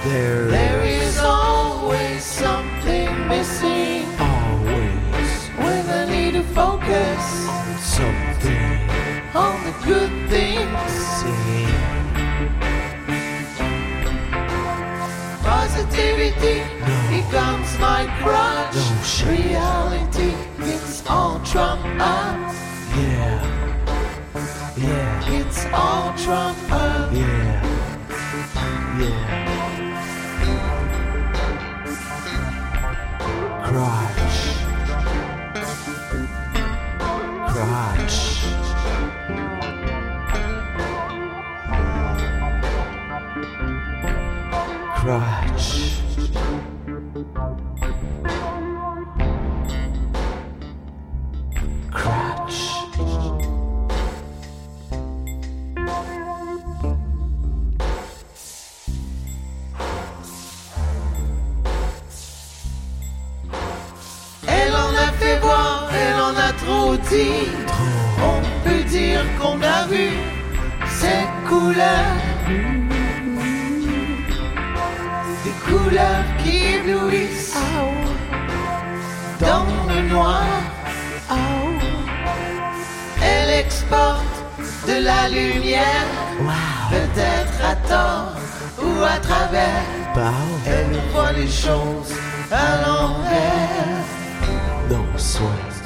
There is always something missing. Always When I need to focus something on the good things. missing. Positivity becomes my crutch. No shit. Reality it's all trumped up. Yeah. Yeah. It's all trumped up. Yeah. Yeah. Crotch. Crotch. Crotch. Crotch. Elle en a fait voir, elle en a trop dit. On peut dire qu'on a vu cette couleur. Des couleurs qui éblouissent dans le noir. Elle exporte de la lumière, peut-être à tort ou à travers. Elle voit les choses à l'envers. No sweat.